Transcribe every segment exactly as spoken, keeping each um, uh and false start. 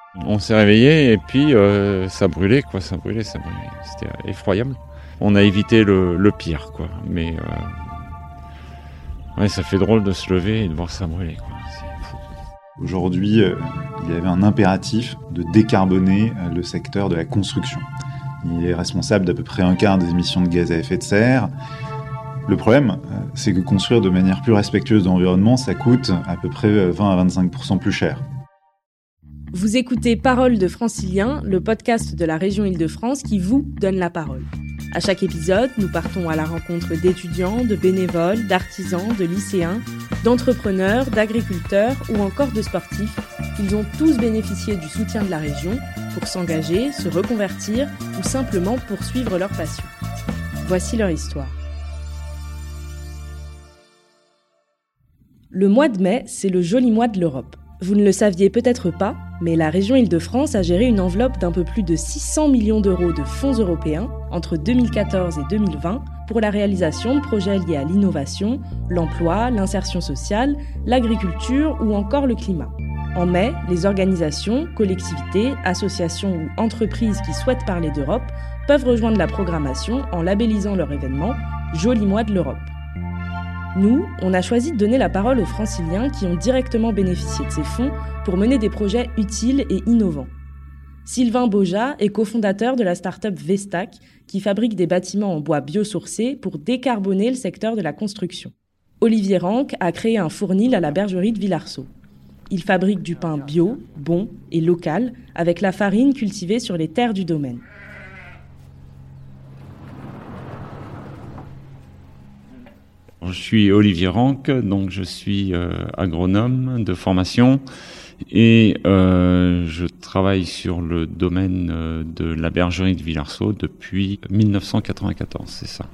On s'est réveillé et puis euh, ça brûlait, quoi, ça brûlait, ça brûlait. C'était effroyable. On a évité le, le pire, quoi. Mais euh, ouais, ça fait drôle de se lever et de voir ça brûler, quoi. C'est fou. Aujourd'hui, euh, il y avait un impératif de décarboner euh, le secteur de la construction. Il est responsable d'à peu près un quart des émissions de gaz à effet de serre. Le problème, euh, c'est que construire de manière plus respectueuse de l'environnement, ça coûte à peu près vingt à vingt-cinq pour cent plus cher. Vous écoutez Paroles de Franciliens, le podcast de la région Île-de-France qui vous donne la parole. À chaque épisode, nous partons à la rencontre d'étudiants, de bénévoles, d'artisans, de lycéens, d'entrepreneurs, d'agriculteurs ou encore de sportifs. Ils ont tous bénéficié du soutien de la région pour s'engager, se reconvertir ou simplement poursuivre leur passion. Voici leur histoire. Le mois de mai, c'est le joli mois de l'Europe. Vous ne le saviez peut-être pas, mais la région Île-de-France a géré une enveloppe d'un peu plus de six cents millions d'euros de fonds européens entre deux mille quatorze et deux mille vingt pour la réalisation de projets liés à l'innovation, l'emploi, l'insertion sociale, l'agriculture ou encore le climat. En mai, les organisations, collectivités, associations ou entreprises qui souhaitent parler d'Europe peuvent rejoindre la programmation en labellisant leur événement « Joli mois de l'Europe ». Nous, on a choisi de donner la parole aux franciliens qui ont directement bénéficié de ces fonds pour mener des projets utiles et innovants. Sylvain Boja est cofondateur de la start-up Vestac, qui fabrique des bâtiments en bois biosourcés pour décarboner le secteur de la construction. Olivier Ranck a créé un fournil à la bergerie de Villarceau. Il fabrique du pain bio, bon et local, avec la farine cultivée sur les terres du domaine. Je suis Olivier Ranck, donc je suis euh, agronome de formation et euh, je travaille sur le domaine euh, de la bergerie de Villarceau depuis dix-neuf cent quatre-vingt-quatorze, c'est ça.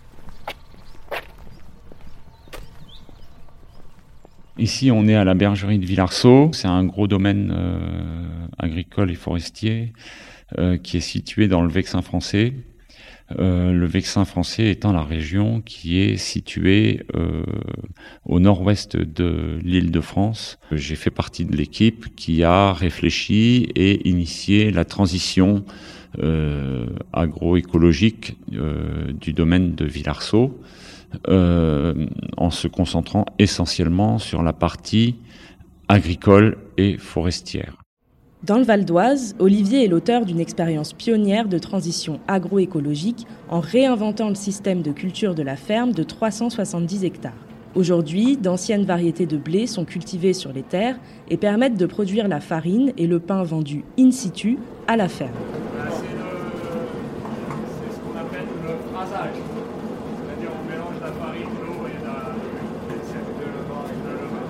Ici, on est à la bergerie de Villarceau. C'est un gros domaine euh, agricole et forestier euh, qui est situé dans le Vexin français. Euh, le Vexin français étant la région qui est située euh, au nord-ouest de l'Île-de-France. J'ai fait partie de l'équipe qui a réfléchi et initié la transition euh, agroécologique euh, du domaine de Villarceau, euh, en se concentrant essentiellement sur la partie agricole et forestière. Dans le Val d'Oise, Olivier est l'auteur d'une expérience pionnière de transition agroécologique en réinventant le système de culture de la ferme de trois cent soixante-dix hectares. Aujourd'hui, d'anciennes variétés de blé sont cultivées sur les terres et permettent de produire la farine et le pain vendus in situ à la ferme. C'est, le, c'est ce qu'on appelle le phrasage. C'est-à-dire on mélange la farine, l'eau et la, de levain avec le levain.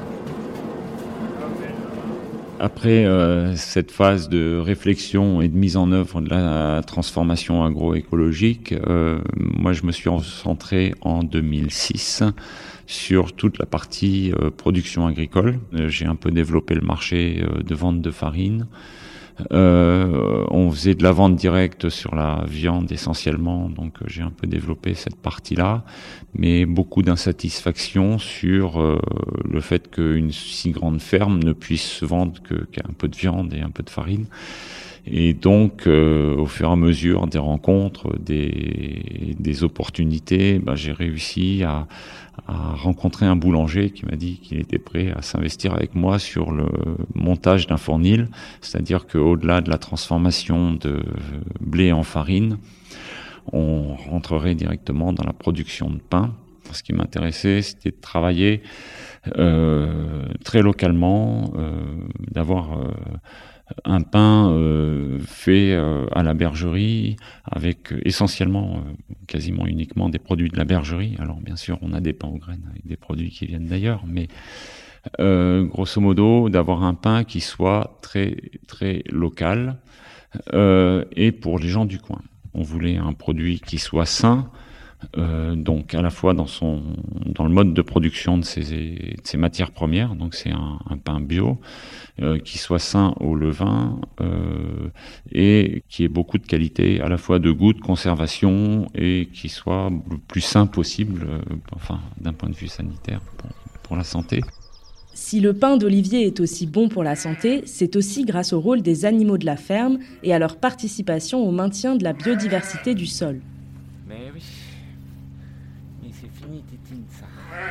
Après euh, cette phase de réflexion et de mise en œuvre de la transformation agroécologique, euh, moi je me suis concentré en deux mille six sur toute la partie euh, production agricole. Euh, j'ai un peu développé le marché euh, de vente de farine. Euh, on faisait de la vente directe sur la viande essentiellement, donc euh, j'ai un peu développé cette partie-là, mais beaucoup d'insatisfaction sur euh, le fait qu'une si grande ferme ne puisse se vendre que, qu'un peu de viande et un peu de farine. Et donc, euh, au fur et à mesure des rencontres, des, des opportunités, ben, j'ai réussi à, à rencontrer un boulanger qui m'a dit qu'il était prêt à s'investir avec moi sur le montage d'un fournil, c'est-à-dire qu'au-delà de la transformation de blé en farine, on rentrerait directement dans la production de pain. Ce qui m'intéressait, c'était de travailler euh, très localement, euh, d'avoir euh, un pain euh, fait euh, à la bergerie avec euh, essentiellement, euh, quasiment uniquement des produits de la bergerie. Alors bien sûr, on a des pains aux graines avec des produits qui viennent d'ailleurs, mais euh, grosso modo, d'avoir un pain qui soit très très local euh, et pour les gens du coin. On voulait un produit qui soit sain, Euh, donc à la fois dans son dans le mode de production de ses, de ses matières premières, donc c'est un, un pain bio euh, qui soit sain au levain euh, et qui ait beaucoup de qualité, à la fois de goût, de conservation et qui soit le plus sain possible, euh, enfin d'un point de vue sanitaire pour, pour la santé. Si le pain d'olivier est aussi bon pour la santé, c'est aussi grâce au rôle des animaux de la ferme et à leur participation au maintien de la biodiversité du sol. Mais oui, mais c'est fini, Tétine, ça.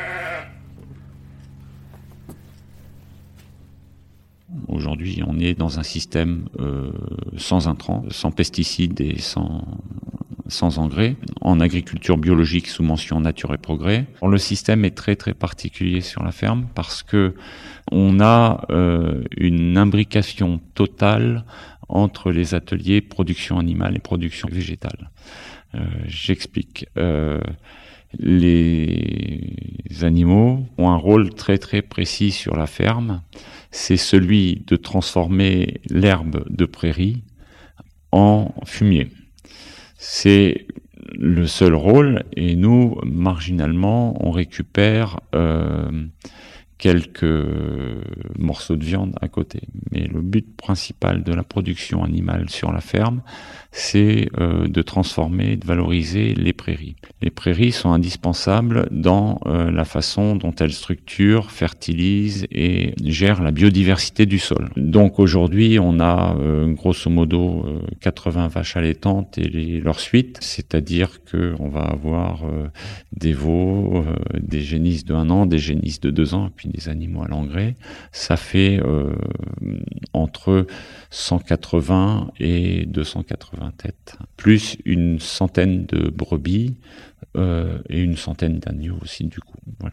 Aujourd'hui, on est dans un système euh, sans intrants, sans pesticides et sans, sans engrais, en agriculture biologique sous mention nature et progrès. Le système est très très particulier sur la ferme parce que on a euh, une imbrication totale entre les ateliers production animale et production végétale. Euh, j'explique. Euh, les animaux ont un rôle très très précis sur la ferme. C'est celui de transformer l'herbe de prairie en fumier. C'est le seul rôle, et nous, marginalement, on récupère euh, quelques morceaux de viande à côté. Mais le but principal de la production animale sur la ferme, c'est euh, de transformer, de valoriser les prairies. Les prairies sont indispensables dans euh, la façon dont elles structurent, fertilisent et gèrent la biodiversité du sol. Donc aujourd'hui, on a euh, grosso modo euh, quatre-vingts vaches allaitantes et les, leurs suites, c'est-à-dire qu'on va avoir euh, des veaux, euh, des génisses de un an, des génisses de deux ans, et puis des animaux à l'engrais. Ça fait euh, entre cent quatre-vingts et deux cent quatre-vingts têtes, plus une centaine de brebis euh, et une centaine d'agneaux aussi du coup. Voilà.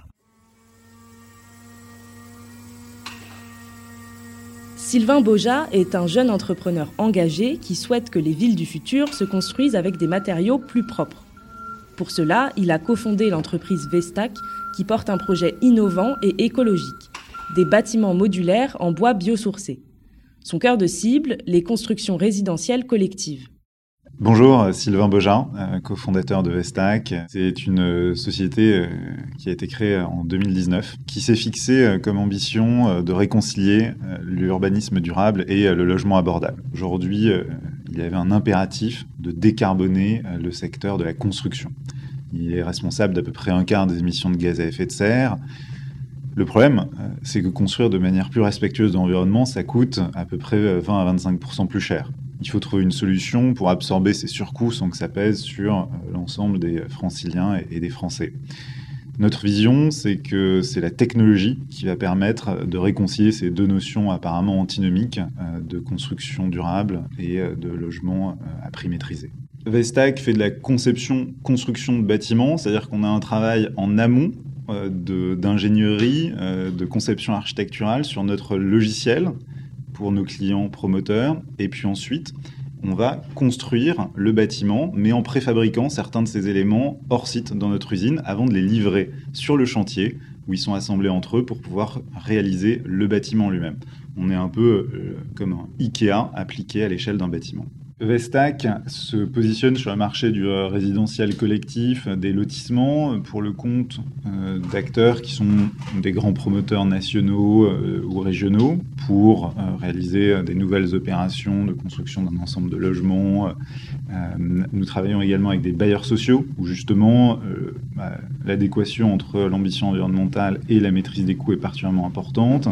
Sylvain Baujat est un jeune entrepreneur engagé qui souhaite que les villes du futur se construisent avec des matériaux plus propres. Pour cela, il a cofondé l'entreprise Vestac qui porte un projet innovant et écologique, des bâtiments modulaires en bois biosourcé. Son cœur de cible, les constructions résidentielles collectives. Bonjour, Sylvain Baujat, euh, cofondateur de Vestac. C'est une euh, société euh, qui a été créée en deux mille dix-neuf, qui s'est fixée euh, comme ambition euh, de réconcilier euh, l'urbanisme durable et euh, le logement abordable. Aujourd'hui, euh, il y avait un impératif de décarboner euh, le secteur de la construction. Il est responsable d'à peu près un quart des émissions de gaz à effet de serre. Le problème, euh, c'est que construire de manière plus respectueuse de l'environnement, ça coûte à peu près vingt à vingt-cinq pour cent plus cher. Il faut trouver une solution pour absorber ces surcoûts sans que ça pèse sur l'ensemble des Franciliens et des Français. Notre vision, c'est que c'est la technologie qui va permettre de réconcilier ces deux notions apparemment antinomiques de construction durable et de logement à prix maîtrisé. Vestac fait de la conception-construction de bâtiments, c'est-à-dire qu'on a un travail en amont de, d'ingénierie, de conception architecturale sur notre logiciel, pour nos clients promoteurs, et puis ensuite, on va construire le bâtiment, mais en préfabriquant certains de ces éléments hors site dans notre usine, avant de les livrer sur le chantier, où ils sont assemblés entre eux pour pouvoir réaliser le bâtiment lui-même. On est un peu euh, comme un Ikea appliqué à l'échelle d'un bâtiment. Vestac se positionne sur le marché du résidentiel collectif, des lotissements, pour le compte euh, d'acteurs qui sont des grands promoteurs nationaux euh, ou régionaux pour euh, réaliser des nouvelles opérations de construction d'un ensemble de logements. Euh, nous travaillons également avec des bailleurs sociaux où justement euh, bah, l'adéquation entre l'ambition environnementale et la maîtrise des coûts est particulièrement importante.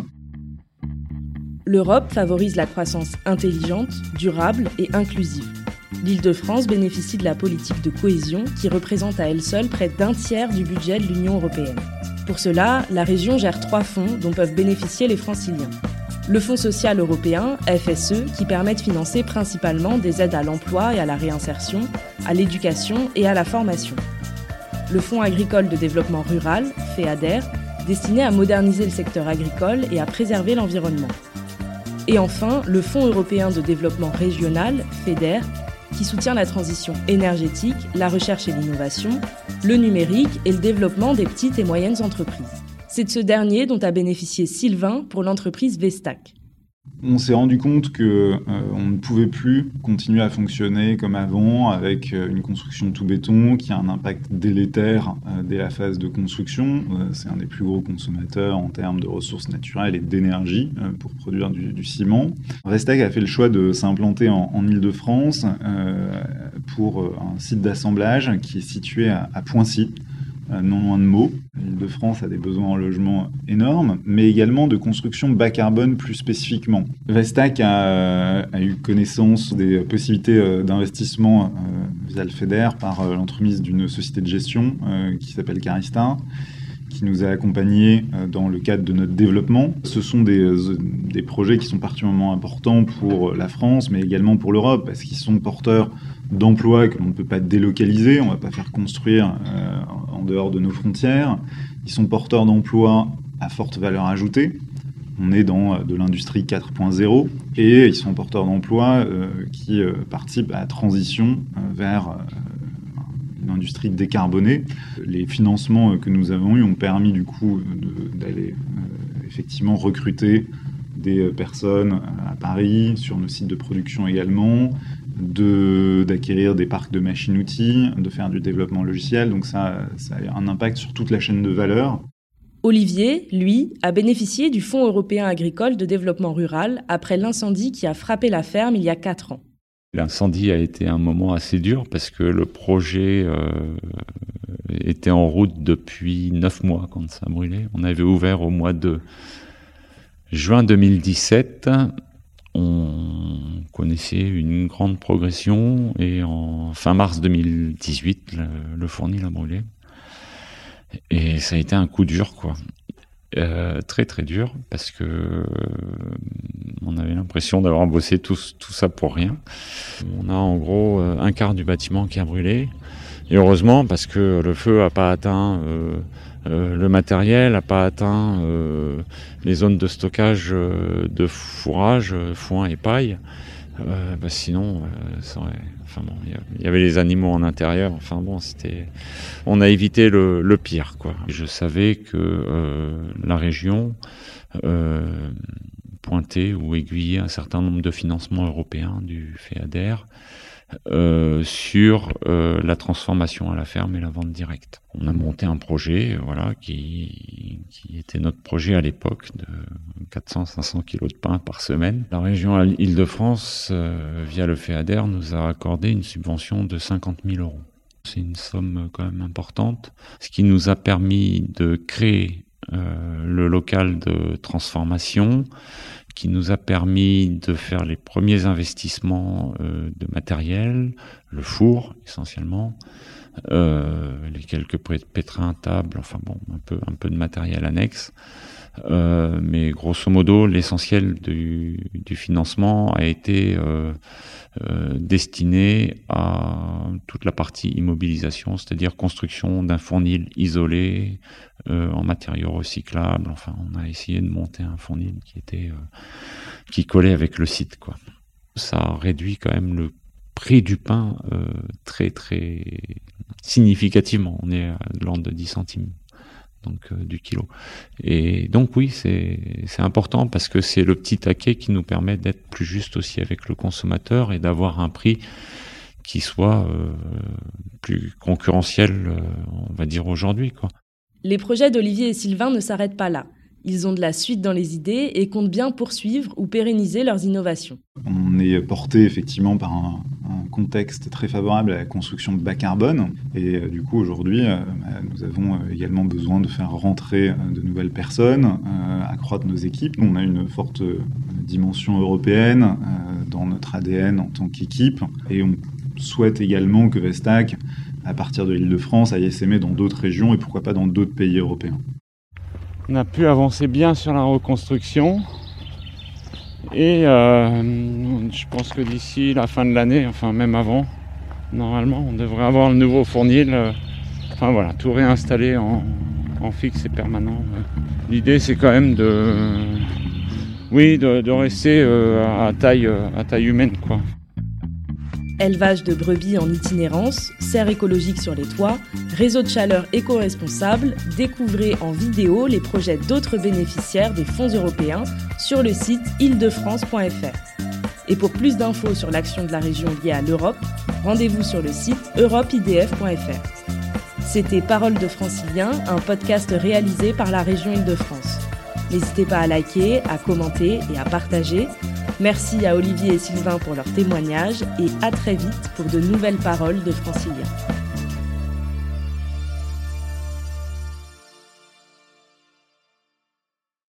L'Europe favorise la croissance intelligente, durable et inclusive. L'Île-de-France bénéficie de la politique de cohésion qui représente à elle seule près d'un tiers du budget de l'Union européenne. Pour cela, la région gère trois fonds dont peuvent bénéficier les Franciliens. Le Fonds social européen, F S E, qui permet de financer principalement des aides à l'emploi et à la réinsertion, à l'éducation et à la formation. Le Fonds agricole de développement rural, FEADER, destiné à moderniser le secteur agricole et à préserver l'environnement. Et enfin, le Fonds européen de développement régional, FEDER, qui soutient la transition énergétique, la recherche et l'innovation, le numérique et le développement des petites et moyennes entreprises. C'est de ce dernier dont a bénéficié Sylvain pour l'entreprise Vestac. On s'est rendu compte qu'on euh, ne pouvait plus continuer à fonctionner comme avant avec euh, une construction tout béton qui a un impact délétère euh, dès la phase de construction. Euh, c'est un des plus gros consommateurs en termes de ressources naturelles et d'énergie euh, pour produire du, du ciment. Vestac a fait le choix de s'implanter en, en Île-de-France euh, pour euh, un site d'assemblage qui est situé à, à Poincy, non loin de Meaux. L'Île-de-France a des besoins en logement énormes, mais également de construction bas carbone plus spécifiquement. Vestac a, a eu connaissance des possibilités d'investissement via le FEDER par l'entremise d'une société de gestion qui s'appelle Carista, qui nous a accompagnés dans le cadre de notre développement. Ce sont des, des projets qui sont particulièrement importants pour la France, mais également pour l'Europe, parce qu'ils sont porteurs d'emplois que l'on ne peut pas délocaliser, on ne va pas faire construire euh, en dehors de nos frontières. Ils sont porteurs d'emplois à forte valeur ajoutée. On est dans de l'industrie quatre point zéro et ils sont porteurs d'emplois euh, qui euh, participent à la transition euh, vers euh, une industrie décarbonée. Les financements que nous avons eus ont permis du coup de, d'aller euh, effectivement recruter des personnes à Paris, sur nos sites de production également, de, d'acquérir des parcs de machines-outils, de faire du développement logiciel. Donc ça, ça a un impact sur toute la chaîne de valeur. Olivier, lui, a bénéficié du Fonds européen agricole de développement rural après l'incendie qui a frappé la ferme il y a quatre ans. L'incendie a été un moment assez dur parce que le projet euh, était en route depuis neuf mois quand ça a brûlé. On avait ouvert au mois de juin deux mille dix-sept. On connaissait une grande progression et en fin mars deux mille dix-huit, le, le fournil a brûlé. Et ça a été un coup dur, quoi. Euh, très très dur parce que euh, on avait l'impression d'avoir bossé tout, tout ça pour rien. On a en gros euh, un quart du bâtiment qui a brûlé. Et heureusement parce que le feu n'a pas atteint euh, euh, le matériel, n'a pas atteint euh, les zones de stockage euh, de fourrage, foin et paille. Euh, bah sinon, euh, ça aurait... enfin bon, il y avait les animaux en intérieur. Enfin bon, c'était, on a évité le, le pire, quoi. Je savais que euh, la région euh, pointait ou aiguillait un certain nombre de financements européens du FEADER euh, sur euh, la transformation à la ferme et la vente directe. On a monté un projet, voilà, qui, qui était notre projet à l'époque de quatre cents à cinq cents kilos de pain par semaine. La région Île-de-France, euh, via le FEADER, nous a accordé une subvention de cinquante mille euros. C'est une somme quand même importante, ce qui nous a permis de créer euh, le local de transformation, qui nous a permis de faire les premiers investissements euh, de matériel, le four essentiellement, euh, les quelques pétrins, tables, enfin bon, un peu, un peu de matériel annexe. Euh, mais grosso modo, l'essentiel du, du financement a été euh, euh, destiné à toute la partie immobilisation, c'est-à-dire construction d'un fournil isolé euh, en matériaux recyclables. Enfin, on a essayé de monter un fournil qui était euh, qui collait avec le site, quoi. Ça réduit quand même le prix du pain euh, très très significativement. On est à l'ordre de dix centimes. Donc euh, du kilo. Et donc oui, c'est c'est important parce que c'est le petit taquet qui nous permet d'être plus juste aussi avec le consommateur et d'avoir un prix qui soit euh, plus concurrentiel, euh, on va dire aujourd'hui, quoi. Les projets d'Olivier et Sylvain ne s'arrêtent pas là. Ils ont de la suite dans les idées et comptent bien poursuivre ou pérenniser leurs innovations. On est porté effectivement par un, un contexte très favorable à la construction bas carbone. Et euh, du coup, aujourd'hui, euh, nous avons également besoin de faire rentrer euh, de nouvelles personnes, euh, accroître nos équipes. On a une forte euh, dimension européenne euh, dans notre A D N en tant qu'équipe. Et on souhaite également que Vestac, à partir de l'Île-de-France, aille essaimer dans d'autres régions et pourquoi pas dans d'autres pays européens. On a pu avancer bien sur la reconstruction et euh, je pense que d'ici la fin de l'année, enfin même avant, normalement on devrait avoir le nouveau fournil, euh, enfin voilà, tout réinstallé en, en fixe et permanent. L'idée c'est quand même de, oui, de, de rester euh, à taille, à taille humaine, quoi. Élevage de brebis en itinérance, serre écologique sur les toits, réseau de chaleur éco-responsable, découvrez en vidéo les projets d'autres bénéficiaires des fonds européens sur le site île de france point f r. Et pour plus d'infos sur l'action de la région liée à l'Europe, rendez-vous sur le site europe i d f point f r. C'était Paroles de Francilien, un podcast réalisé par la région Île-de-France. N'hésitez pas à liker, à commenter et à partager. Merci à Olivier et Sylvain pour leur témoignage et à très vite pour de nouvelles paroles de Francilien.